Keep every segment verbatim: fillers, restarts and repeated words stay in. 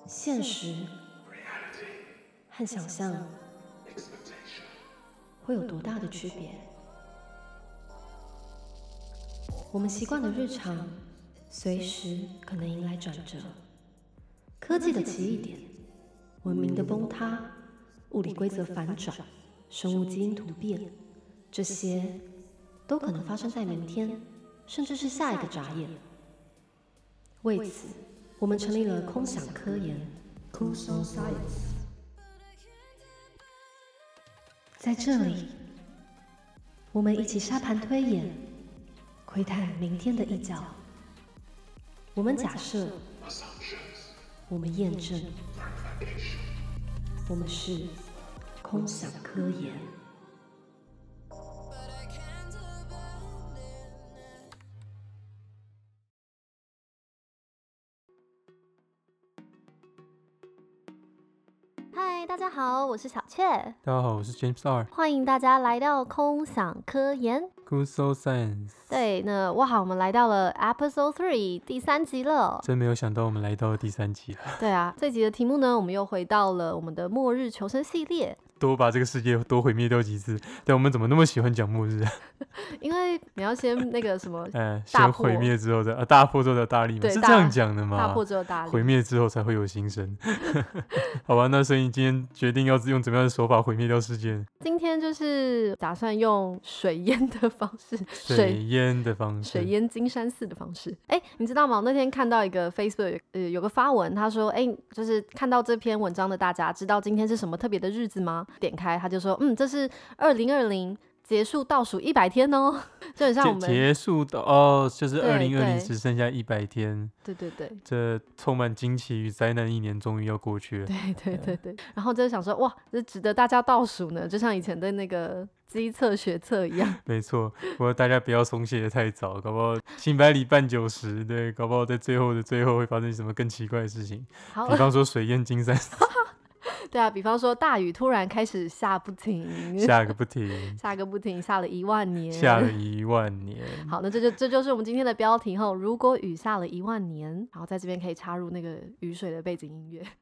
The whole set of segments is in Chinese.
现实和想象会有多大的区别？我们习惯的日常，随时可能迎来转折。科技的奇异点，文明的崩塌，物理规则反转，生物基因突变，这些都可能发生在明天，甚至是下一个眨眼。为此，我们成立了空想科研 Cool Science。 在这里，我们一起沙盘推演，窥探明天的一角。我们假设，我们验证，我们是空想科研。嗨，大家好，我是小雀。 大家好，我是 James R。 欢迎大家来到空想科研 Cool Science。 对，那哇，我们来到了 Episode Three 第三集了。 真没有想到我们来到了第三集了。 对啊，这集的题目呢，我们又回到了我们的末日求生系列。 多把这个世界多毁灭掉几次，但我们怎么那么喜欢讲末日？ 因为你要先那个什么， 呃， 大先毁灭之后的啊，大破之后的大力嘛，是这样讲的吗？ 大破之后大力， 毁灭之后才会有新生。好吧，那所以你今天决定要用怎么样的手法毁灭掉世界？ 今天就是打算用水淹的方式， 水淹的方式， 水淹金山寺的方式。哎，你知道吗？我那天看到一个 Facebook 呃有个发文，他说，哎，就是看到这篇文章的大家知道今天是什么特别的日子吗？点开他就说，嗯，这是二零二零结束倒数一百天哦，就很像我们结束的哦，就是二零二零只剩下一百天。 对对对， 这充满惊奇与灾难一年终于要过去了。 对对对对，然后就想说，哇，这值得大家倒数呢，就像以前的那个基测学测一样。 没错，不过大家不要松懈的太早，搞不好行百里半九十，对，搞不好在最后的最后会发生什么更奇怪的事情。比方说水淹金山。 对啊，比方说大雨突然开始下不停， 下个不停， 下个不停，下了一万年， 下了一万年。 好，那这就这就是我们今天的标题后，如果雨下了一万年，然后在这边可以插入那个雨水的背景音乐。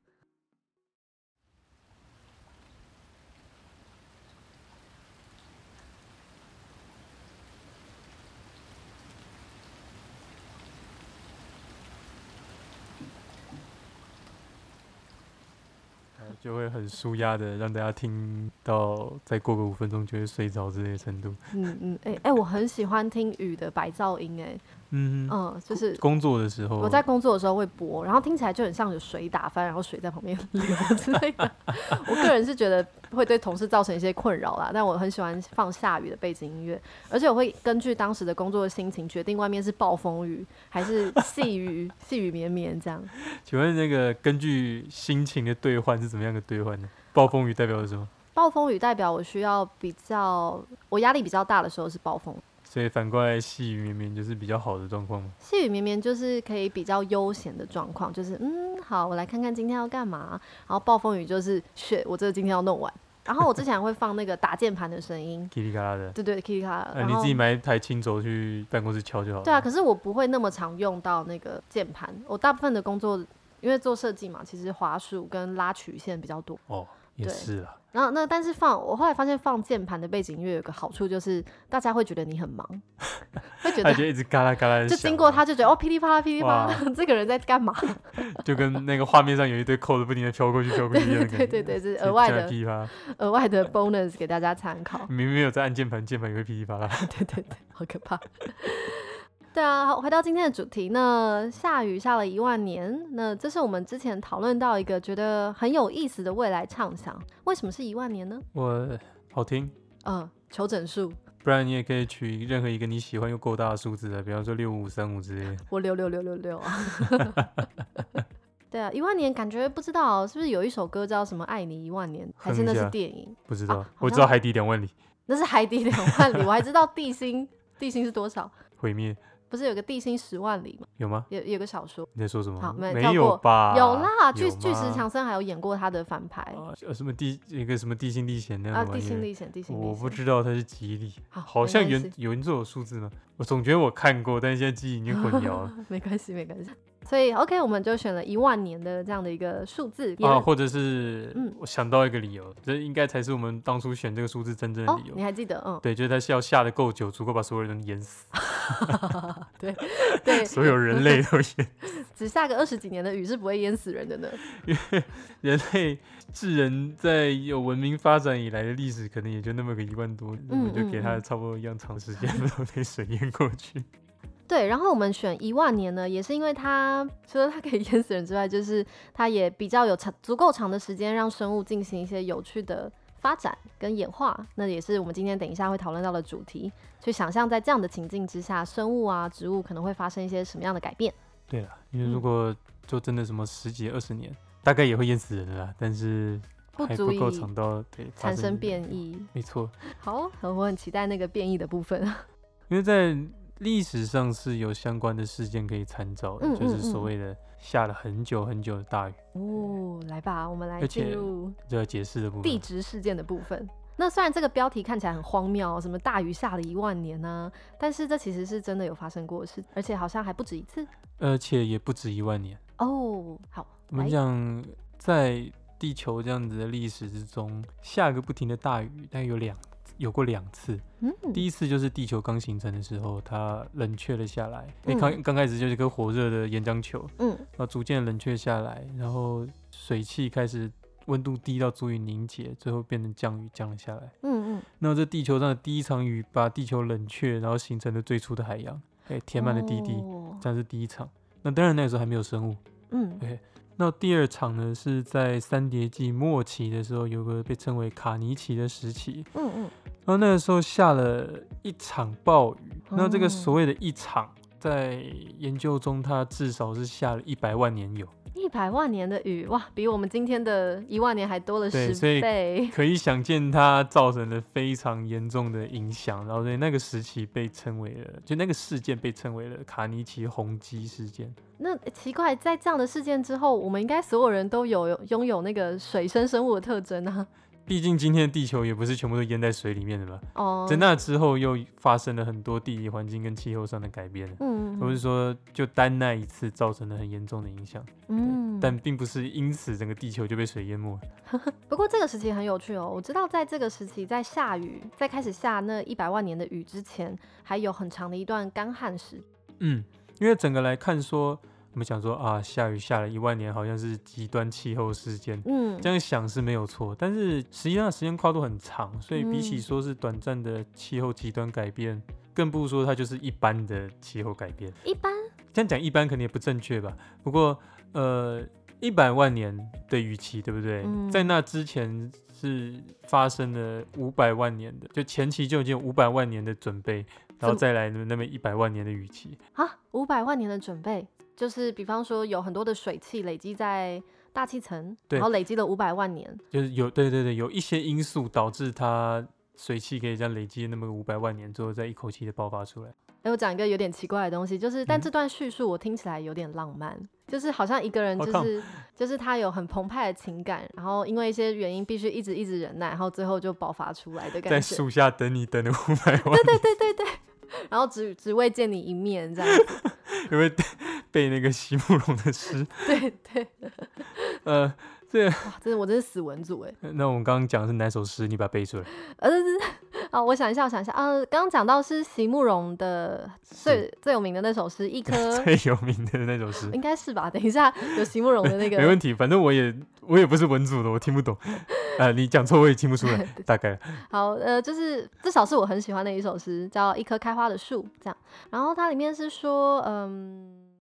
就会很舒压的让大家听到再过个五分钟就会睡着之类的程度。 嗯嗯，哎、欸、哎、欸，我很喜欢听雨的白噪音、欸，哎，嗯嗯，就是工作的时候， 我在工作的时候会播，然后听起来就很像有水打翻，然后水在旁边流之类的。我个人是觉得会对同事造成一些困扰啦，但我很喜欢放下雨的背景音乐，而且我会根据当时的工作的心情决定外面是暴风雨还是细雨，细雨绵绵这样。 请问那个根据心情的兑换是怎么样的兑换呢？暴风雨代表了什么？ 暴风雨代表我需要比较，我压力比较大的时候是暴风雨。 所以反过来细雨绵绵就是比较好的状况吗？ 细雨绵绵就是可以比较悠闲的状况，就是嗯好，我来看看今天要干嘛。然后暴风雨就是shit，我这个今天要弄完。然后我之前还会放那个打键盘的声音， 噼里咔啦的， 对对，噼里咔啦。 呃，你自己买一台轻轴去办公室敲就好了。 对啊，可是我不会那么常用到那个键盘，我大部分的工作因为做设计嘛，其实滑鼠跟拉曲线比较多。 哦，也是啦。 然后那但是放我后来发现放键盘的背景音乐有个好处就是大家会觉得你很忙，会觉得他就一直嘎啦嘎啦， 就经过他就觉得哦噼里啪啦噼里啪啦，这个人在干嘛？ 就跟那个画面上有一堆扣子不停的飘过去飘过去一样的感觉。 对对对，这是额外的噼里啪啦额外的 bonus 给大家参考。 明明没有在按键盘，键盘也会噼里啪啦。 对对对，好可怕。对啊，好，回到今天的主题，那下雨下了一万年，那这是我们之前讨论到一个觉得很有意思的未来畅想。为什么是一万年呢？ 我好听， 嗯，求整数， 不然你也可以取任何一个你喜欢又够大的数字的，比方说六五三五之类的。 我六六六六六啊。对啊，一万年感觉不知道是不是有一首歌叫什么“爱你一万年”，还是那是电影？ 不知道， 啊、 我知道海底两万里。 那是海底两万里，我还知道地心，地心是多少？ 毁灭。 不是有个地心十万里吗？ 有吗？ 有有个小说。 你在说什么？ 好，没没有吧？ 有啦，巨巨石强森还有演过他的反派。 啊、什么地一个什么地心历险那样的啊？地心历险，地心历险。 我不知道它是几里， 好， 好像原有人做有数字吗？我总觉得我看过，但是现在记忆已经混淆了。 没关系，没关系。 所以 OK 我们就选了一万年的这样的一个数字啊，或者是、嗯、我想到一个理由，这应该才是我们当初选这个数字真正的理由、 哦、你还记得？嗯， 对，就是它要下得够久，足够把所有人淹死对对， 所有人类都淹死只下个二十几年的雨是不会淹死人的呢， 因为人类智人在有文明发展以来的历史可能也就那么个一万多年，我们就给它差不多一样长时间都被水淹过去。 对，然后我们选一万年呢，也是因为它除了它可以淹死人之外，就是它也比较有长足够长的时间让生物进行一些有趣的发展跟演化，那也是我们今天等一下会讨论到的主题，去想象在这样的情境之下，生物啊植物可能会发生一些什么样的改变。 对了，因为如果就真的什么十几二十年、嗯、大概也会淹死人了啦，但是还不够长到对产生变异。 没错。 好，我很期待那个变异的部分。 因为在历史上是有相关的事件可以参照的、嗯嗯嗯、就是所谓的下了很久很久的大雨。 哦，来吧，我们来进入就要解释的部分， 地质事件的部分。那虽然这个标题看起来很荒谬，什么大雨下了一万年啊，但是这其实是真的有发生过的事，而且好像还不止一次， 而且也不止一万年。 哦，好， 我们讲在地球这样子的历史之中，下个不停的大雨，大概有两有过两次、嗯。第一次就是地球刚形成的时候，它冷却了下来。刚、嗯、刚开始就是一颗火热的岩浆球，嗯，然后逐渐冷却下来，然后水汽开始温度低到足以凝结，最后变成降雨降了下来。嗯嗯。那这地球上的第一场雨把地球冷却，然后形成了最初的海洋，哎，填满了地地、哦，这样是第一场。那当然那个时候还没有生物。嗯。对。那第二场呢，是在三叠纪末期的时候，有个被称为卡尼奇的时期。嗯嗯。然后那个时候下了一场暴雨。嗯、那这个所谓的一场，在研究中，它至少是下了一百万年有。 一百万年的雨，哇，比我们今天的一万年还多了十倍。 所以可以想见，它造成了非常严重的影响。然后所以那个时期被称为了，就那个事件被称为了卡尼奇洪基事件。 那奇怪，在这样的事件之后，我们应该所有人都有拥有那个水生生物的特征啊。 毕竟今天的地球也不是全部都淹在水里面的吧？哦、oh. ，在那之后又发生了很多地理环境跟气候上的改变。嗯，不是说就单那一次造成了很严重的影响。嗯，但并不是因此整个地球就被水淹没。 不过这个时期很有趣哦，我知道在这个时期，在下雨，在开始下那一百万年的雨之前，还有很长的一段干旱时。 嗯，因为整个来看说。我们想说啊，下雨下了一万年，好像是极端气候事件，嗯，这样想是没有错。但是实际上时间跨度很长，所以比起说是短暂的气候极端改变，嗯、更不如说它就是一般的气候改变。 一般这样讲一般可能也不正确吧？不过呃，一百万年的雨期，对不对？嗯、在那之前是发生了五百万年的，就前期就已经有五百万年的准备，然后再来那么一百万年的雨期啊，五百万年的准备。就是比方说有很多的水汽累积在大气层，然后累积了五百万年， 就是有对对对，有一些因素导致它水汽可以这样累积那么五百万年之后再一口气的爆发出来。 哎，我讲一个有点奇怪的东西，就是但这段叙述我听起来有点浪漫，嗯、就是好像一个人就是、oh, 就是他有很澎湃的情感，然后因为一些原因必须一直一直忍耐，然后最后就爆发出来的感觉。 在树下等你等了五百万年。 对对对对对。然后 只, 只为见你一面这样子。 因为背那个席慕容的诗。 对对。 呃，这个哇，真的我真是死文组哎。 那我们刚刚讲的是哪首诗？你把它背出来。 呃，啊，我想一下，我想一下啊，刚刚讲到是席慕容的最最有名的那首诗，一颗最有名的那首诗， 应该是吧？等一下有席慕容的那个， 没问题，反正我也我也不是文组的，我听不懂。呃，你讲错我也听不出来，大概。 好，呃，就是至少是我很喜欢的一首诗，叫《一棵开花的树》这样。然后它里面是说，嗯，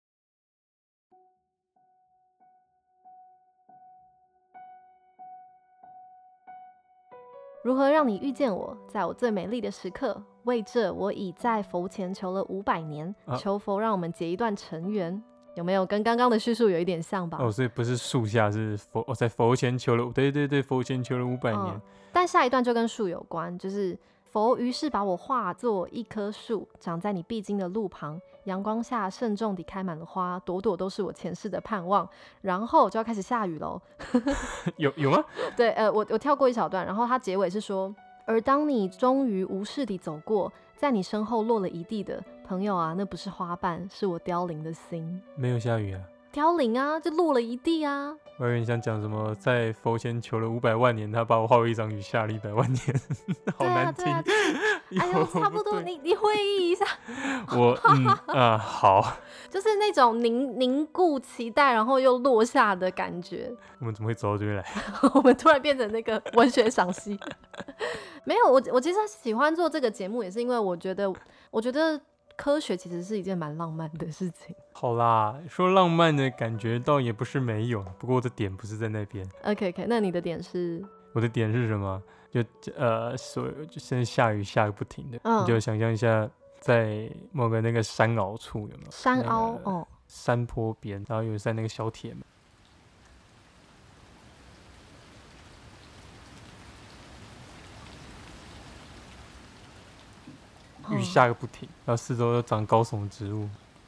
如何让你遇见我，在我最美丽的时刻？为这，我已在佛前求了五百年，啊、求佛让我们结一段尘缘。有没有跟刚刚的叙述有一点像吧？ 哦，所以不是树下，是佛，哦，在佛前求了，对对对，佛前求了五百年，哦。 但下一段就跟树有关，就是佛于是把我化作一棵树，长在你必经的路旁，阳光下慎重地开满了花，朵朵都是我前世的盼望。然后就要开始下雨喽。 有有吗？ 对，呃，我我跳过一小段，然后它结尾是说。 而当你终于无视地走过，在你身后落了一地的朋友啊，那不是花瓣，是我凋零的心。 没有下雨啊？ 凋零啊，就落了一地啊。 我以为你想讲什么，在佛前求了五百万年，他把我化为一场雨，下了一百万年，好难听。 对啊对啊哎呦，差不多，你你会意一下。 我嗯啊好， 就是那种凝凝固期待，然后又落下的感觉。 我们怎么会走到这边来？ 我们突然变成那个文学赏析。没有，我我其实喜欢做这个节目，也是因为我觉得，我觉得科学其实是一件蛮浪漫的事情。 好啦，说浪漫的感觉倒也不是没有，不过我的点不是在那边。 OK OK， 那你的点是？ 我的点是什么？就呃，所有就现在下雨下个不停的， 嗯、 你就想象一下，在某个那个山凹处有没有？ 山凹、那個、哦， 山坡边，然后有在那个小铁门。雨下个不停，然后四周又长高耸的植物。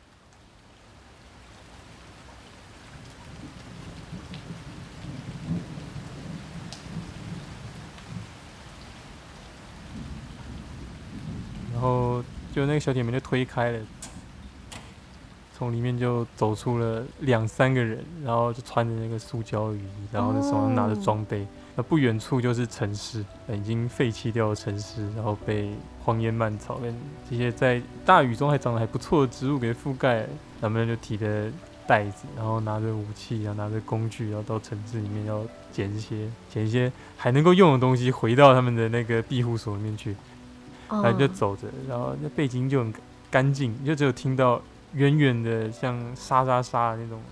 然后就那个小铁门就推开了，从里面就走出了两三个人，然后就穿着那个塑胶雨衣，然后手上拿着装备。那不远处就是城市，已经废弃掉的城市，然后被荒烟蔓草跟这些在大雨中还长得还不错的植物给覆盖。他们就提着袋子，然后拿着武器，然后拿着工具，然后到城市里面要捡一些捡一些还能够用的东西，回到他们的那个庇护所里面去。然后就走着，然后那背景就很干净，就只有听到远远的像沙沙沙的那种。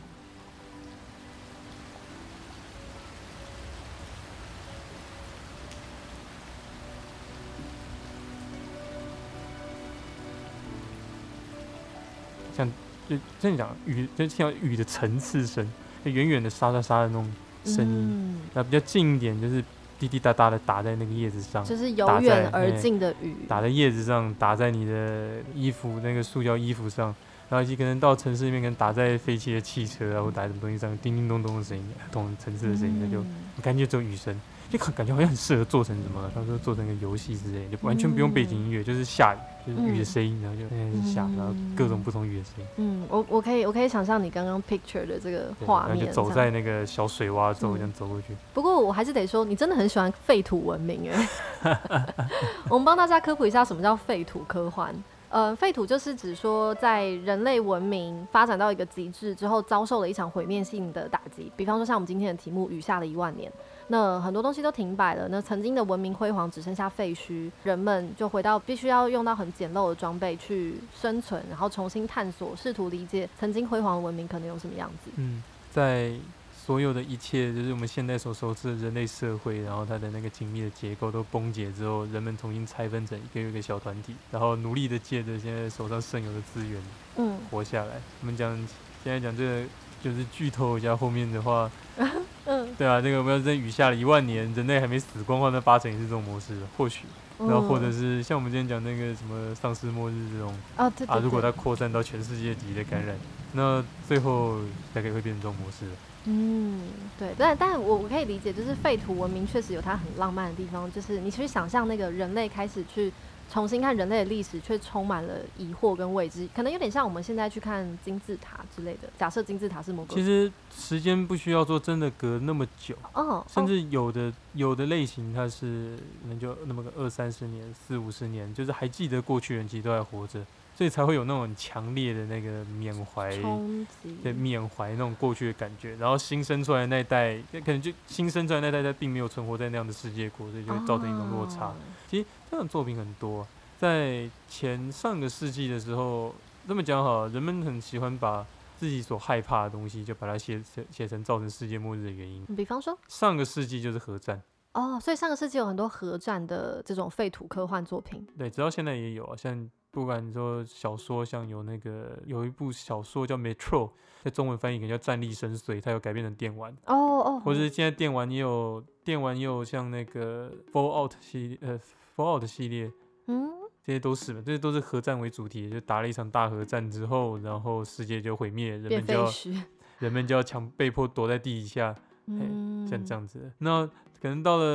像就像你讲雨，就听到雨的层次声，就远远的沙沙沙的那种声音。那、嗯、比较近一点就是滴滴答答的打在那个叶子上， 就是由远而近的雨， 打在叶子上，打在你的衣服那个塑胶衣服上，然后以及可能到城市里面，可能打在废弃的汽车啊，或打在什么东西上，叮叮咚咚的声音，不同层次的声音，那、嗯、就你感觉只有雨声。就感觉好像很适合做成什么，他说做成一个游戏之类的，就完全不用背景音乐，嗯、就是下雨，就是雨的声音，然后就开始下，然后各种不同雨的声音。 嗯，我我可以我可以想象你刚刚 picture 的这个画面， 然后就走在那个小水洼之后这样走过去。 嗯、不过我还是得说，你真的很喜欢废土文明哎。我们帮大家科普一下什么叫废土科幻。呃，废土就是指说，在人类文明发展到一个极致之后，遭受了一场毁灭性的打击。比方说，像我们今天的题目，雨下了一万年。那很多东西都停摆了，那曾经的文明辉煌只剩下废墟，人们就回到必须要用到很简陋的装备去生存，然后重新探索，试图理解曾经辉煌的文明可能有什么样子。 嗯，在所有的一切，就是我们现在所熟知的人类社会，然后它的那个紧密的结构都崩解之后，人们重新拆分成一个一个小团体，然后努力的借着现在手上剩有的资源，嗯，活下来。我们讲现在讲这个就是剧透一下后面的话。嗯，对啊，那个我们要在雨下了一万年，人类还没死光的话，那八成也是这种模式的，或许。然后或者是像我们之前讲那个什么丧尸末日这种， 啊，对对对， 啊，如果它扩散到全世界级的感染，那最后大概会变成这种模式了。 嗯，对，但但我我可以理解，就是废土文明确实有它很浪漫的地方，就是你去想象那个人类开始去重新看人类的历史，却充满了疑惑跟未知，可能有点像我们现在去看金字塔之类的。假设金字塔是某个， 其实时间不需要说真的隔那么久，哦，甚至有的、哦、有的类型它是可能就那么个二三十年、四五十年，就是还记得过去人其实都还活着。所以才会有那种很强烈的那个缅怀，对，缅怀那种过去的感觉。然后新生出来的那一代，可能就新生出来的那一代，他并没有存活在那样的世界过，所以就会造成一种落差。哦、其实这种作品很多，在前上个世纪的时候，这么讲好了，人们很喜欢把自己所害怕的东西，就把它写写成造成世界末日的原因。 比方说， 上个世纪就是核战。 哦，所以上个世纪有很多核战的这种废土科幻作品。 对，直到现在也有啊，像。不管你说小说，像有那个有一部小说叫《Metro》，在中文翻译可能叫《战力深邃》，它有改编成电玩。 哦哦。 或者是现在电玩也有电玩也有像那个 Fallout 系列，呃 Fallout 系列，嗯，这些都是嘛，这些都是核战为主题，就打了一场大核战之后，然后世界就毁灭，人们就要人们就要强被迫躲在地底下，嗯，像这样子的。那可能到了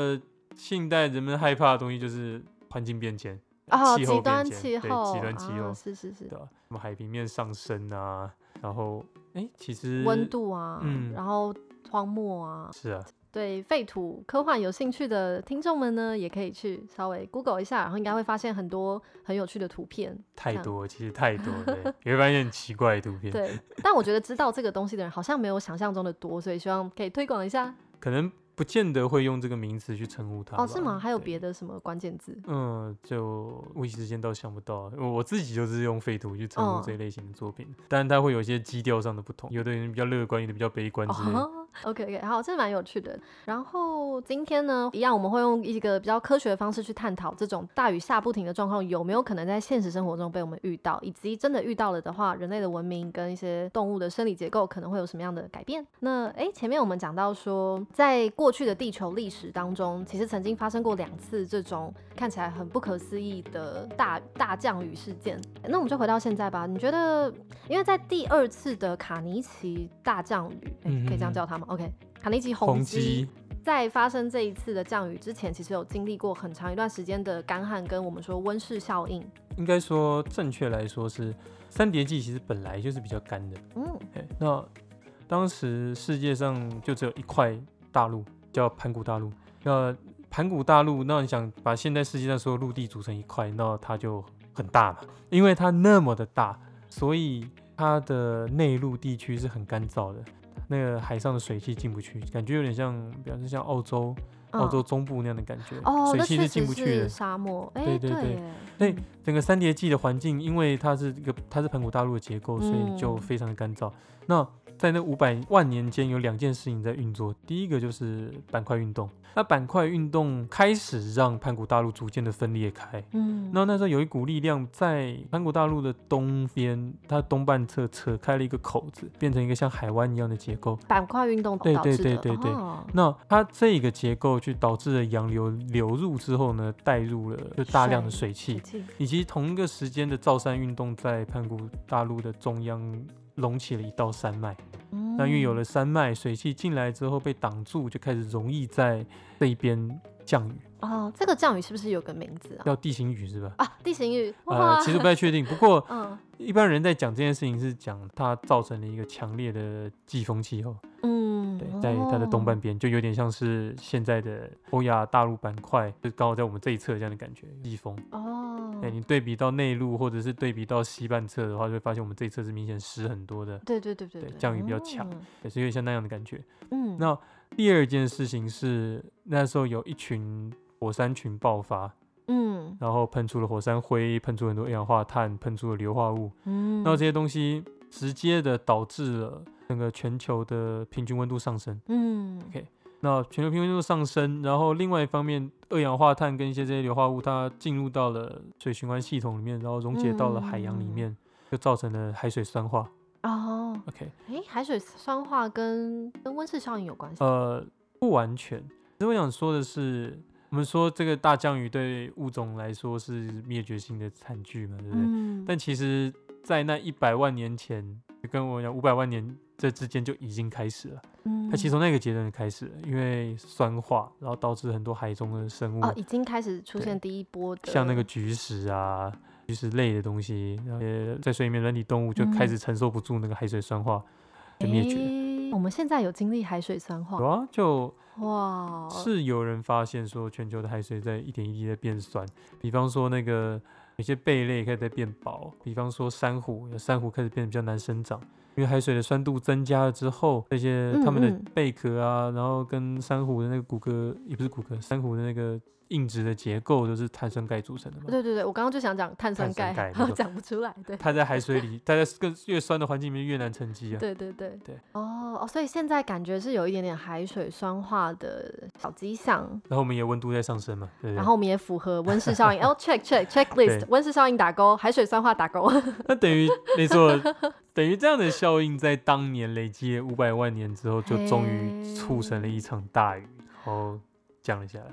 近代人们害怕的东西就是环境变迁。 哦， 气候极端变迁， 气候， 对，极端气候， 啊、是是是， 对吧？什么海平面上升啊，然后哎、欸，其实温度啊， 嗯， 然后荒漠啊， 是啊， 对废土科幻有兴趣的听众们呢，也可以去稍微 Google 一下，然后应该会发现很多很有趣的图片。 太多，其实太多，对，也会发现很奇怪的图片。 对，但我觉得知道这个东西的人好像没有想象中的多，所以希望可以推广一下。 可能不见得会用这个名词去称呼它。 哦，是吗？还有别的什么关键字？ 嗯，就我一时间倒想不到。我自己就是用废土去称呼这一类型的作品，哦、当然它会有一些基调上的不同，有的人比较乐观，有的比较悲观之类的。哦 OK OK， 好，这蛮有趣的。然后今天呢，一样我们会用一个比较科学的方式去探讨这种大雨下不停的状况有没有可能在现实生活中被我们遇到，以及真的遇到了的话，人类的文明跟一些动物的生理结构可能会有什么样的改变。那哎，前面我们讲到说，在过去的地球历史当中，其实曾经发生过两次这种看起来很不可思议的大大降雨事件。那我们就回到现在吧，你觉得，因为在第二次的卡尼奇大降雨，嗯、可以这样叫它吗？OK， 卡尼奇洪基在发生这一次的降雨之前，其实有经历过很长一段时间的干旱，跟我们说温室效应。 应该说，正确来说是三叠纪其实本来就是比较干的。嗯，那当时世界上就只有一块大陆叫盘古大陆。那盘古大陆，那你想把现在世界上所有陆地组成一块，那它就很大嘛。因为它那么的大，所以它的内陆地区是很干燥的。那个海上的水汽进不去，感觉有点像，比方说像澳洲、嗯、澳洲中部那样的感觉， 哦、 水汽是进不去的。 沙漠， 对对对，对，整个三叠纪的环境，因为它是一个它是盘古大陆的结构，所以就非常的干燥。嗯、那在那五百万年间，有两件事情在运作。第一个就是板块运动，那板块运动开始让盘古大陆逐渐的分裂开。嗯，那那时候有一股力量在盘古大陆的东边，它东半侧扯开了一个口子，变成一个像海湾一样的结构。 板块运动导致的。 对对对对对。哦、那它这个结构去导致了洋流流入之后呢，带入了就大量的水汽，以及同一个时间的造山运动在盘古大陆的中央隆起了一道山脉。嗯、那因为有了山脉，水汽进来之后被挡住，就开始容易在这一边降雨。 哦，这个降雨是不是有个名字啊？ 叫地形雨是吧？ 啊，地形雨。 呃，其实不太确定，不过、嗯、一般人在讲这件事情是讲它造成了一个强烈的季风气候。嗯，对，在它的东半边，就有点像是现在的欧亚大陆板块，就刚好在我们这一侧这样的感觉，季风。哦，对，你对比到内陆或者是对比到西半侧的话，就会发现我们这一侧是明显湿很多的。 对对对 对, 对，降雨比较强，嗯、也是有点像那样的感觉。嗯，那第二件事情是那时候有一群火山群爆发。嗯，然后喷出了火山灰，喷出很多二氧化碳，喷出了硫化物。嗯，然后这些东西直接的导致了整个全球的平均温度上升。嗯 ，OK， 那全球平均温度上升，然后另外一方面，二氧化碳跟一些这些硫化物，它进入到了水循环系统里面，然后溶解到了海洋里面，嗯、就造成了海水酸化。哦 ，OK， 哎，海水酸化跟跟温室效应有关系？ 呃，不完全。其实我想说的是。我们说这个大降雨对物种来说是灭绝性的惨剧嘛，对不对？嗯、但其实，在那一百万年前，跟我讲五百万年这之间就已经开始了。嗯，它其实从那个阶段开始了，因为酸化，然后导致很多海中的生物哦，已经开始出现第一波的， 像那个菊石啊、菊石类的东西，然后在水里面软体动物就开始承受不住那个海水酸化，就灭绝。欸我们现在有经历海水酸化？ 有啊，就哇，是有人发现说全球的海水在一点一滴的变酸，比方说那个有些贝类开始在变薄，比方说珊瑚，有珊瑚开始变得比较难生长，因为海水的酸度增加了之后，这些它们的贝壳啊，嗯嗯然后跟珊瑚的那个骨骼，也不是骨骼，珊瑚的那个硬质的结构都是碳酸钙组成的嘛。 对对对，我刚刚就想讲碳酸钙，讲不出来。对， 它在海水里，它在更越酸的环境里面越难沉积啊。 对对对对。哦哦，所以现在感觉是有一点点海水酸化的小迹象。 然后我们也温度在上升嘛，对不对？ 然后我们也符合温室效应，哦 check check checklist， 温室效应打勾，海水酸化打勾。 那等于没错，等于这样的效应在当年累积了五百万年之后，就终于促成了一场大雨，然后降了下来。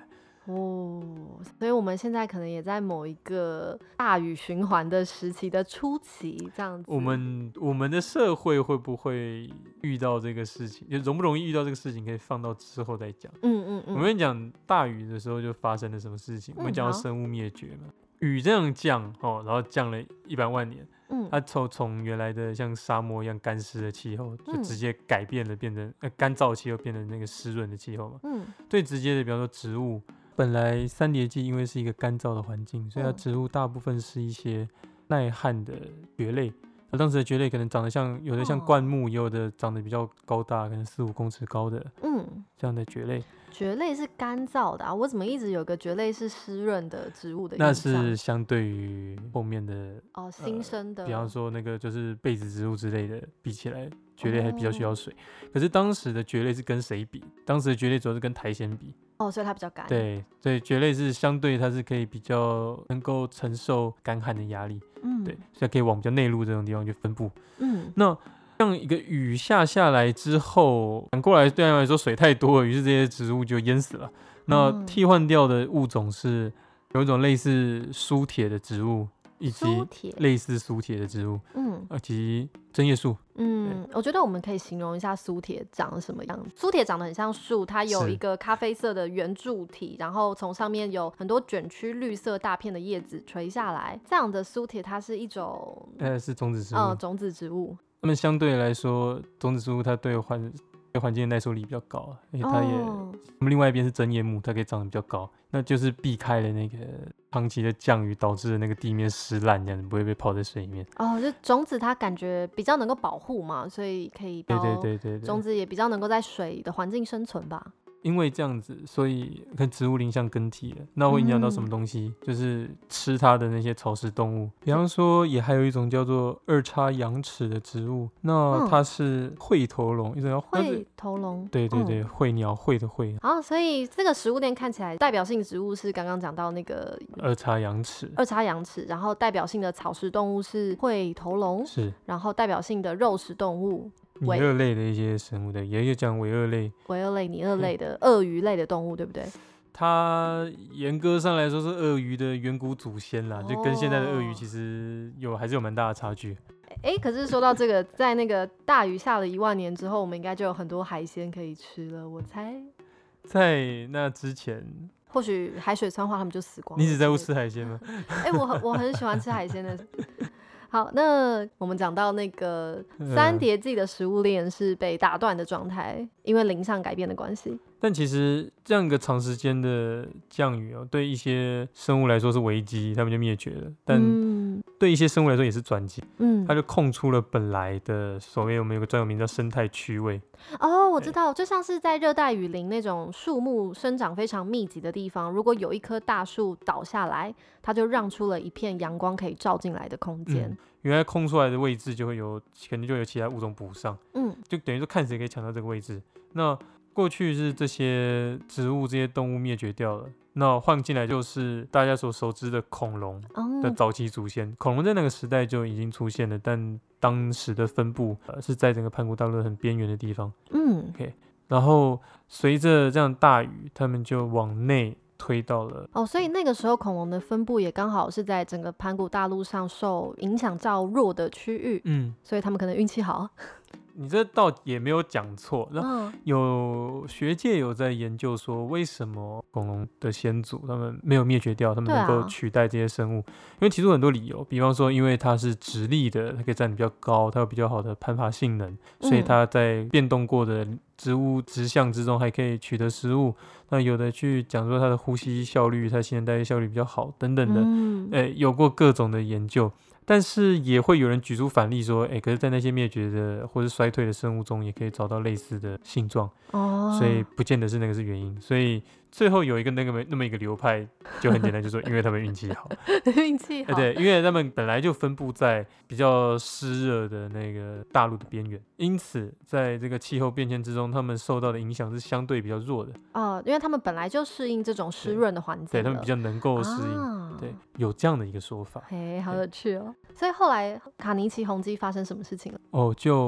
哦，所以我们现在可能也在某一个大雨循环的时期的初期，这样子。 我们我们的社会会不会遇到这个事情，就容不容易遇到这个事情，可以放到之后再讲。 嗯嗯嗯， 我们讲大雨的时候就发生了什么事情， 嗯、 我们讲到生物灭绝嘛，雨这样降哦，然后降了一百万年。嗯，它从从原来的像沙漠一样干湿的气候，就直接改变了，变成呃干燥气候，变成那个湿润的气候嘛。嗯，最直接的，比方说植物，本来三叠纪因为是一个干燥的环境，所以它植物大部分是一些耐旱的蕨类。而当时的蕨类可能长得像，有的像灌木，也有的长得比较高大，可能四五公尺高的，嗯，这样的蕨类。 蕨类是干燥的啊，我怎么一直有个蕨类是湿润的植物的印象？ 那是相对于后面的哦新生的、 呃，比方说那个就是被子植物之类的比起来，蕨类还比较需要水。哦、可是当时的蕨类是跟谁比？当时的蕨类主要是跟苔藓比。 哦，所以它比较干。 对对，蕨类是相对它是可以比较能够承受干旱的压力。嗯，对，所以可以往比较内陆这种地方去分布。嗯，那像一个雨下下来之后，反过来对他们来说水太多了，于是这些植物就淹死了。那替换掉的物种是有一种类似苏铁的植物，以及类似苏铁的植物，嗯，以及针叶树。 嗯，我觉得我们可以形容一下苏铁长什么样子。苏铁长得很像树，它有一个咖啡色的圆柱体，然后从上面有很多卷曲绿色大片的叶子垂下来。这样的苏铁它是一种， 呃，是种子植物， 嗯，种子植物。 它们相对来说，种子植物它对环对环境的耐受力比较高，而且它也，哦、我们另外一边是针叶木，它可以长得比较高，那就是避开了那个长期的降雨导致的那个地面湿烂，这样子不会被泡在水里面。 哦，就种子它感觉比较能够保护嘛，所以可以， 对对对对对， 种子也比较能够在水的环境生存吧。 因为这样子，所以跟植物林相更替了，那会影响到什么东西？嗯、就是吃它的那些草食动物。比方说，也还有一种叫做二叉羊齿的植物，那它是喙头龙，一种叫喙头龙。 对对对，喙鸟喙的喙。 好，所以这个食物链看起来代表性植物是刚刚讲到那个二叉羊齿， 二叉羊齿，然后代表性的草食动物是喙头龙， 是， 然后代表性的肉食动物。 拟鳄类的一些生物的，也有讲尾鳄类、 尾鳄类、拟鳄类的鳄鱼类的动物，对不对？ 它严格上来说是鳄鱼的远古祖先啦，哦、就跟现在的鳄鱼其实有还是有蛮大的差距。 哎，可是说到这个，在那个大雨下了一万年之后，我们应该就有很多海鲜可以吃了，我猜。 在那之前， 或许海水酸化，他们就死光了。 你只在乎吃海鲜吗？ 哎，我很我很喜欢吃海鲜的。好，那我们讲到那个三叠纪的食物链是被打断的状态，因为林相改变的关系。 但其实这样一个长时间的降雨哦，对一些生物来说是危机，它们就灭绝了。但对一些生物来说也是转机，嗯，它就空出了本来的所谓我们有个专有名叫生态区位。 哦，我知道，就像是在热带雨林那种树木生长非常密集的地方，如果有一棵大树倒下来，它就让出了一片阳光可以照进来的空间。嗯， 原来空出来的位置就会有，肯定就有其他物种补上。嗯，就等于说看谁可以抢到这个位置。那过去是这些植物、这些动物灭绝掉了，那换进来就是大家所熟知的恐龙的早期祖先。恐龙在那个时代就已经出现了，但当时的分布、呃、是在整个盘古大陆很边缘的地方。嗯 ，OK。然后随着这样大雨，他们就往内推到了哦，所以那个时候恐龙的分布也刚好是在整个盘古大陆上受影响较弱的区域。嗯，所以他们可能运气好。 你这倒也没有讲错，然后有学界有在研究说，为什么恐龙的先祖他们没有灭绝掉，他们能够取代这些生物？因为提出很多理由，比方说，因为它是直立的，它可以站得比较高，它有比较好的攀爬性能，所以它在变动过的植物直向之中还可以取得食物。那有的去讲说它的呼吸效率、它新陈代谢效率比较好等等的，嗯欸、有过各种的研究。但是也会有人举出反例说，哎、欸，可是，在那些灭绝的或是衰退的生物中，也可以找到类似的性状，哦，所以不见得是那个是原因。所以最后有一个那个那么一个流派，就很简单，就说因为他们运气好， 运气好， 对，因为他们本来就分布在比较湿热的那个大陆的边缘，因此在这个气候变迁之中，他们受到的影响是相对比较弱的。 哦，因为他们本来就适应这种湿润的环境， 对，他们比较能够适应，啊、对，有这样的一个说法。 嘿，好有趣哦。所以后来卡尼奇洪基发生什么事情了？ 哦，就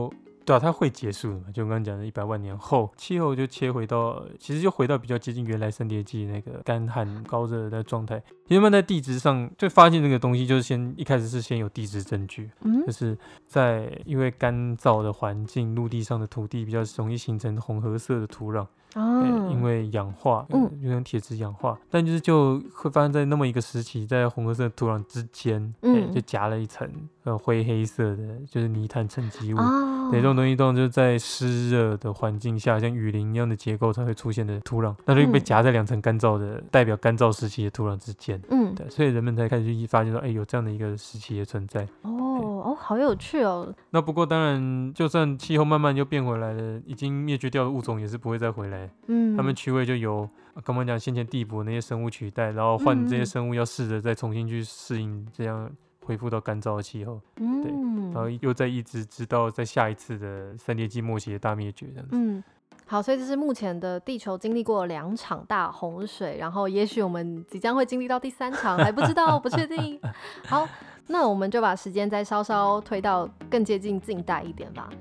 对啊，它会结束的嘛，就我刚刚讲的一百万年后，气候就切回到，其实就回到比较接近原来三叠纪那个干旱高热的状态。他们在地质上就发现这个东西，就是先一开始是先有地质证据，嗯、就是在因为干燥的环境，陆地上的土地比较容易形成红褐色的土壤。哦欸、因为氧化，嗯，就像铁质氧化，但就是就会发生在那么一个时期，在红褐色土壤之间，嗯欸，就夹了一层呃灰黑色的，就是泥炭沉积物。哦，对，这种东西通常就是在湿热的环境下，像雨林一样的结构才会出现的土壤，那就被夹在两层干燥的、嗯、代表干燥时期的土壤之间。嗯，对，所以人们才开始去发现说，哎、欸，有这样的一个时期的存在。 哦哦，好有趣哦。 那不过当然，就算气候慢慢又变回来了，已经灭绝掉的物种也是不会再回来。嗯，他们区位就由刚刚讲先前地补那些生物取代，然后换这些生物要试着再重新去适应，这样恢复到干燥的气候。嗯，对，然后又再一直直到在下一次的三叠纪末期的大灭绝这样子。嗯。 好，所以这是目前的地球经历过两场大洪水，然后也许我们即将会经历到第三场，还不知道，不确定。好，那我们就把时间再稍稍推到更接近近代一点吧。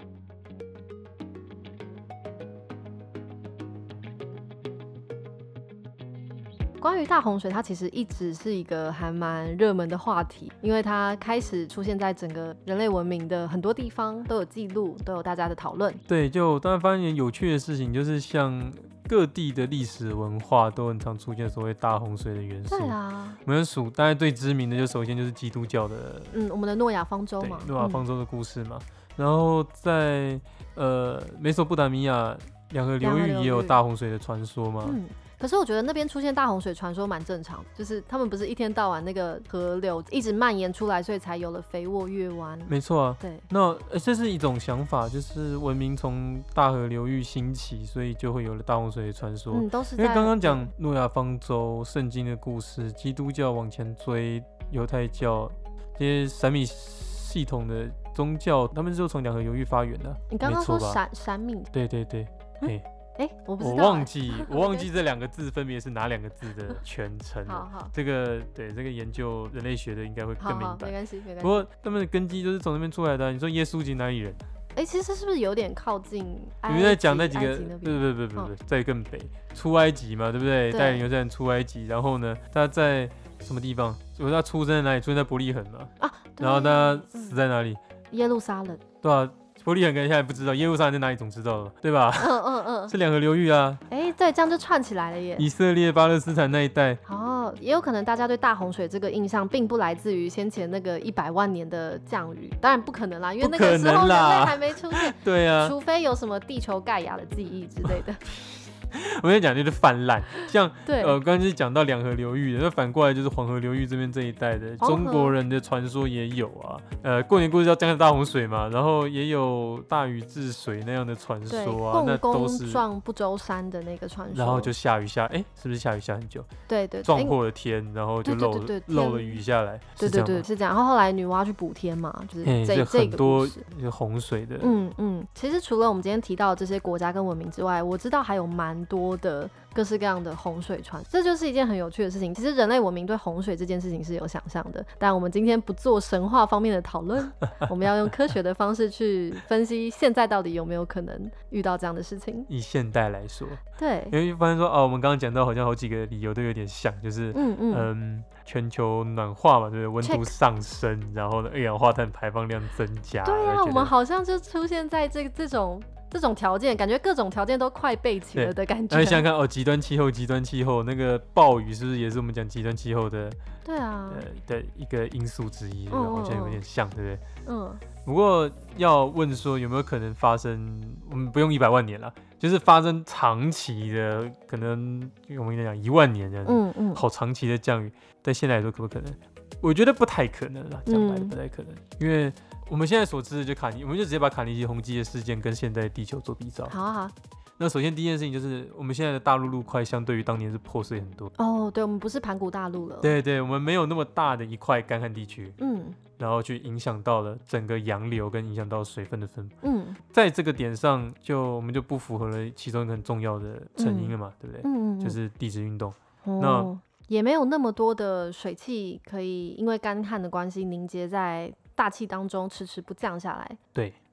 关于大洪水，它其实一直是一个还蛮热门的话题，因为它开始出现在整个人类文明的很多地方，都有记录，都有大家的讨论。 对，就当然发现一件有趣的事情，就是像各地的历史文化都很常出现所谓大洪水的元素。 对啊， 我们数大概最知名的就首先就是基督教的， 嗯，我们的诺亚方舟嘛， 诺亚方舟的故事嘛。嗯、然后在呃美索不达米亚两河流域也有大洪水的传说嘛。嗯， 可是我觉得那边出现大洪水传说蛮正常，就是他们不是一天到晚那个河流一直蔓延出来，所以才有了肥沃月湾。 没错啊， 对。 那、呃、这是一种想法，就是文明从大河流域兴起，所以就会有了大洪水的传说。 嗯，都是在因为刚刚讲诺亚方舟、圣经的故事、基督教往前追、犹太教这些闪米系统的宗教，他们就从两河流域发源的。 你刚刚说闪闪米？ 对对对，嗯欸哎，我不知道、 欸，我忘记，我忘记这两个字分别是哪两个字的全称了。 好好， 这个对这个研究人类学的应该会更明白。 好好，没关系，没关系。 不过他们的根基就是从那边出来的、啊。你说耶稣籍哪里人？ 哎、欸，其实是不是有点靠近埃及？ 你们在讲那几个？不不不不不，在更北，出埃及嘛，对不对？带领犹太人出埃及，然后呢，他在什么地方？就是他出生在哪里？出生在伯利恒嘛。啊，然后他死在哪里？ 耶路撒冷。 对啊。伯利恒可能现在不知道，耶路撒冷在哪里总知道了，对吧？嗯嗯嗯，是两河流域啊。 哎、欸，对，这样就串起来了耶。 以色列、巴勒斯坦那一带。 哦，也有可能大家对大洪水这个印象，并不来自于先前那个一百万年的降雨，当然不可能啦，因为那个时候人类还没出现。 对啊， 除非有什么地球盖亚的记忆之类的。 我跟你讲，就是泛滥，像呃，刚才是讲到两河流域的，那反过来就是黄河流域这边这一带的中国人的传说也有啊。呃，过年故事叫江夏大洪水嘛，然后也有大禹治水那样的传说啊，那都是撞不周山的那个传说。 然后就下雨下，哎、欸，是不是下雨下很久？ 对 对, 对， 撞破了天，然后就漏了对对对对漏了雨下来。 对对对，是这样。然后后来女娲去补天嘛，就是这、欸、这很多洪水的。 嗯嗯，其实除了我们今天提到的这些国家跟文明之外，我知道还有蛮多的各式各样的洪水传，这就是一件很有趣的事情。其实人类文明对洪水这件事情是有想象的，但我们今天不做神话方面的讨论，我们要用科学的方式去分析现在到底有没有可能遇到这样的事情。 以现代来说， 对， 因为发现说哦，我们刚刚讲到好像好几个理由都有点像，就是嗯嗯嗯，全球暖化嘛，对不对？温度上升，然后呢，二氧化碳排放量增加。 对啊，我们好像就出现在这这种。这种条件，感觉各种条件都快备齐了的感觉。 那你想想看哦，极端气候，极端气候，那个暴雨是不是也是我们讲极端气候的？ 对啊， 呃的一个因素之一，嗯、好像有点像，对不对？ 嗯。 不过要问说有没有可能发生，我们不用一百万年了，就是发生长期的，可能我们跟你讲一万年这样子，嗯嗯，好长期的降雨，在现在来说可不可能？我觉得不太可能了，讲白了不太可能，嗯、因为。我们现在所知的就卡尼，我们就直接把卡尼基洪积的事件跟现在地球做比照。 好啊好。 那首先第一件事情就是，我们现在的大陆陆块相对于当年是破碎很多。 哦，对，我们不是盘古大陆了。 对对，我们没有那么大的一块干旱地区。嗯。然后去影响到了整个洋流，跟影响到水分的分布。嗯。在这个点上，就我们就不符合了其中一个很重要的成因了嘛，嗯、对不对？嗯嗯。就是地质运动。 哦、 那也没有那么多的水汽可以因为干旱的关系凝结在大气当中迟迟不降下来。 对，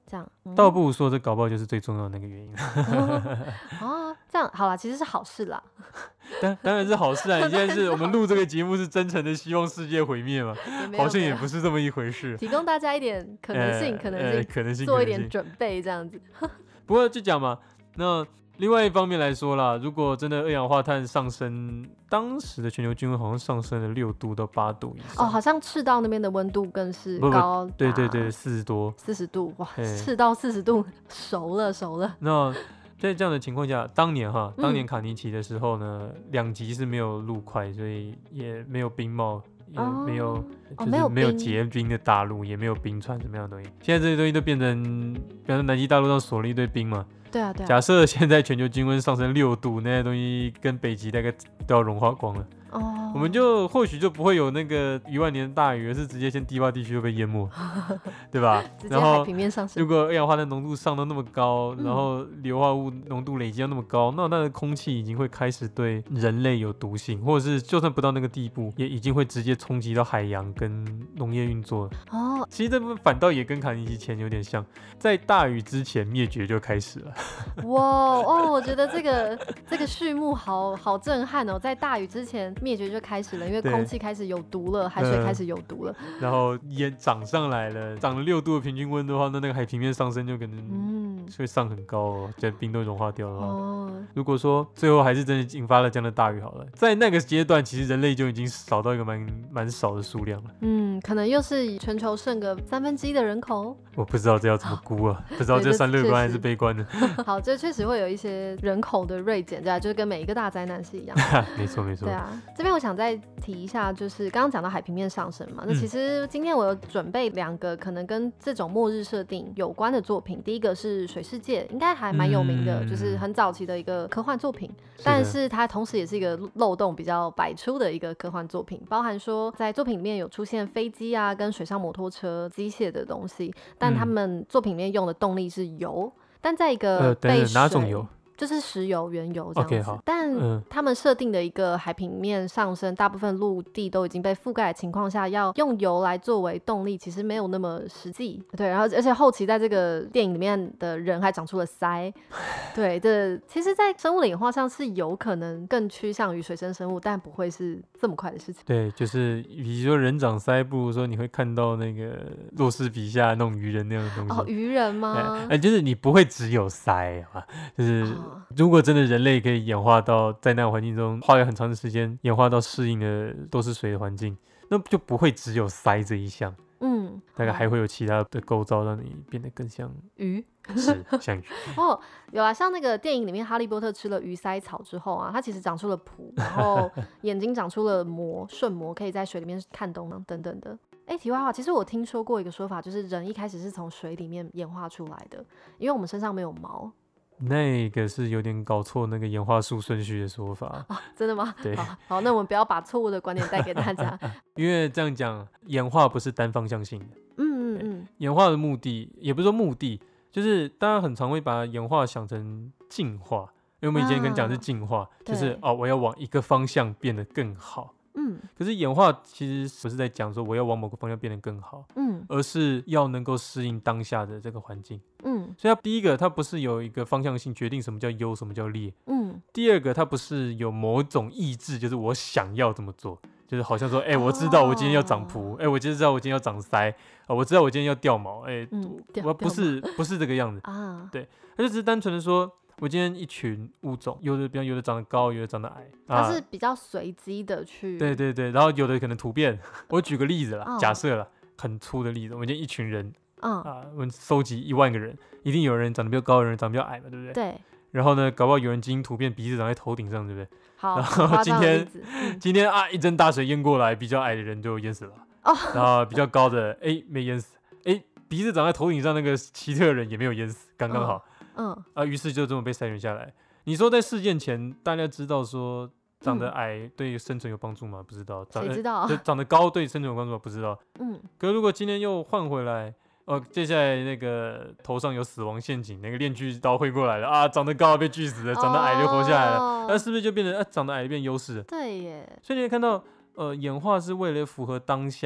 这样。嗯、 倒不如说这搞不好就是最重要的那个原因。 哦，这样好啦，其实是好事啦。 当当然是好事啊！你现在是我们录这个节目是真诚的希望世界毁灭嘛？好像也不是这么一回事。 提供大家一点可能性，呃、可能性， 呃、可能性， 做一点准备这样子。 不过就讲嘛，那另外一方面来说啦，如果真的二氧化碳上升，当时的全球均温好像上升了六度到八度以上。 哦，好像赤道那边的温度更是高， 对对对，四十多， 四十度，哇，赤道四十度，熟了熟了。 那在这样的情况下，当年哈，当年卡尼奇的时候呢，两、嗯、极是没有陆块，所以也没有冰帽，也没有、哦、就是没有结冰的大陆，也没有冰川什么样的东西。现在这些东西都变成，比方说南极大陆上锁了一堆冰嘛。 对啊对啊。 假设现在全球均温上升六度，那些东西跟北极大概都要融化光了。哦，我们就或许就不会有那个一万年的大雨，而是直接先低洼地区就被淹没，对吧？ 直接海平面上升。 如果二氧化碳浓度上到那么高，嗯、然后硫化物浓度累积到那么高，那那个空气已经会开始对人类有毒性，或者是就算不到那个地步，也已经会直接冲击到海洋跟农业运作。哦，其实这部分反倒也跟卡尼奇前有点像，在大雨之前灭绝就开始了。 哇哦，我觉得这个这个序幕好好震撼哦，在大雨之前灭绝就开始了，因为空气开始有毒了，海水开始有毒了， 然后烟涨上来了，涨了六度的平均温度的话，那那个海平面上升就可能会上很高哦，在冰都融化掉了。哦，如果说最后还是真的引发了这样的大雨好了，在那个阶段，其实人类就已经少到一个蛮蛮少的数量了。 嗯，可能又是全球剩个三分之一的人口。 我不知道这要怎么估啊，不知道这算乐观还是悲观的。 好，这确实会有一些人口的锐减，对啊，就是跟每一个大灾难是一样的。 没错没错。 对啊，这边我想再提一下，就是刚刚讲到海平面上升嘛，那其实今天我有准备两个可能跟这种末日设定有关的作品。第一个是《水世界》，应该还蛮有名的，嗯、就是很早期的一个科幻作品，是但是它同时也是一个漏洞比较百出的一个科幻作品，包含说在作品里面有出现飞机啊跟水上摩托车机械的东西，但他们作品里面用的动力是油，但在一个被水、呃、 哪种油？ 就是石油、原油这样子。 Okay, 但他们设定的一个海平面上升，大部分陆地都已经被覆盖的情况下，要用油来作为动力，其实没有那么实际。对，然后而且后期在这个电影里面的人还长出了鳃。对，这其实，在生物的演化上是有可能更趋向于水生生物，但不会是这么快的事情。 对，就是比如说人长鳃，不如说你会看到那个洛斯笔下那种鱼人那样的东西。 哦，鱼人吗？ 哎、欸，就是你不会只有鳃啊，就是。哦，如果真的人类可以演化到在那个环境中花了很长的时间演化到适应的都是水的环境，那就不会只有鳃这一项，嗯，大概还会有其他的构造让你变得更像鱼， 是像鱼。 哦，有啊，像那个电影里面哈利波特吃了鱼鳃草之后啊，它其实长出了蹼，然后眼睛长出了膜，瞬膜，可以在水里面看东南等等的。哎，题外话，其实我听说过一个说法，就是人一开始是从水里面演化出来的，因为我们身上没有毛。 那个是有点搞错那个演化树顺序的说法。 哦，真的吗？ 对， 好，好，那我们不要把错误的观点带给大家。 因为这样讲，演化不是单方向性的。嗯嗯嗯。演化的目的，也不是说目的，就是大家很常会把演化想成进化，因为我们以前跟讲是进化，啊、就是哦，我要往一个方向变得更好。嗯，可是演化其实不是在讲说我要往某个方向变得更好，嗯，而是要能够适应当下的这个环境，嗯，所以它第一个它不是有一个方向性决定什么叫优什么叫劣，嗯，第二个它不是有某种意志，就是我想要这么做，就是好像说，哎、欸，我知道我今天要长蹼，哎、欸，我今天知道我今天要长鳃，啊，我知道我今天要掉毛，哎、欸，嗯、我不是不是这个样子啊，对，它就只是单纯的说。我今天一群物种，有的比方有的长得高，有的长得矮， 它是比较随机的去。 对对对，然后有的可能突变。我举个例子啦，哦、假设啦，很粗的例子，我们今天一群人，嗯、啊，我们收集一万个人，一定有人长得比较高，有人长得比较矮嘛，对不对？ 对。 然后呢，搞不好有人基因突变，鼻子长在头顶上，对不对？ 好。 然后今天、嗯、今天啊，一阵大水淹过来，比较矮的人就淹死了。哦。然后比较高的，哎，没淹死，哎，鼻子长在头顶上那个奇特的人也没有淹死，刚刚好。嗯嗯啊，于是就这么被筛选下来。你说在事件前，大家知道说长得矮对生存有帮助吗？不知道。 谁知道、啊？ 就长得高对生存有帮助吗？不知道。嗯。可如果今天又换回来，哦，接下来那个头上有死亡陷阱，那个炼巨刀挥过来了啊，长得高被锯死了，长得矮就活下来了，哦、那是不是就变成啊长得矮变优势？ 对耶。 所以你可以看到，呃，演化是为了符合当下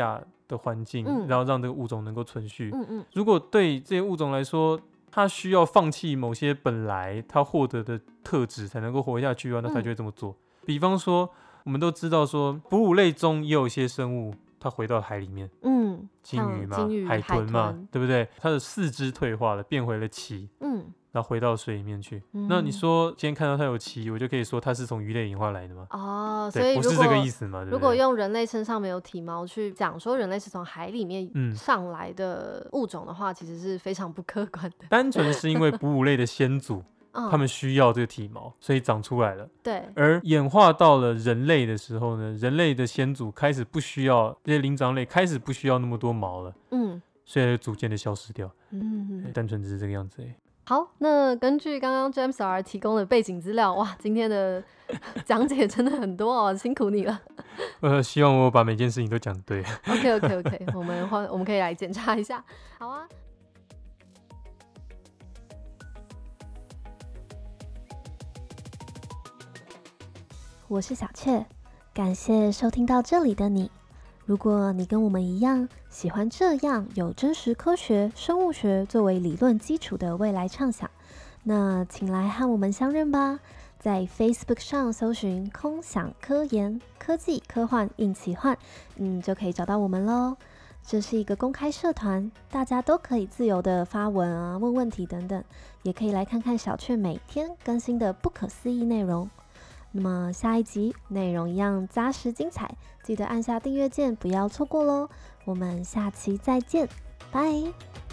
的环境， 嗯然后让这个物种能够存续。 嗯嗯如果对这些物种来说，它需要放弃某些本来它获得的特质才能够活下去啊，那它就会这么做。嗯、比方说，我们都知道说，哺乳类中也有一些生物，它回到海里面， 嗯， 鲸鱼嘛， 鲸鱼海豚嘛， 海豚对不对？它的四肢退化了，变回了鳍， 嗯， 然后回到水里面去。 嗯那你说今天看到它有鳍，我就可以说它是从鱼类演化来的吗？ 哦，所对， 以如果不是这个意思嘛？对不对？ 如果用人类身上没有体毛去讲说人类是从海里面嗯上来的物种的话，其实是非常不客观的。 单纯是因为哺乳类的先祖。 嗯、 他们需要这个体毛，所以长出来了。 对， 而演化到了人类的时候呢，人类的先祖开始不需要这些灵长类，开始不需要那么多毛了， 嗯， 所以就逐渐的消失掉。 嗯， 单纯只是这个样子。 好，那根据刚刚 James R 提供的背景资料，哇，今天的讲解真的很多哦，辛苦你了。 呃，希望我把每件事情都讲对。 OK OK OK， 我们换，我们可以来检查一下。好啊。我是小雀，感谢收听到这里的你。如果你跟我们一样喜欢这样有真实科学、生物学作为理论基础的未来畅想，那请来和我们相认吧。在 Facebook 上搜寻空想科研、科技、科幻、硬奇幻，嗯，就可以找到我们咯。这是一个公开社团，大家都可以自由的发文啊、问问题等等，也可以来看看小雀每天更新的不可思议内容。那么下一集内容一样扎实精彩，记得按下订阅键，不要错过咯。我们下期再见，拜。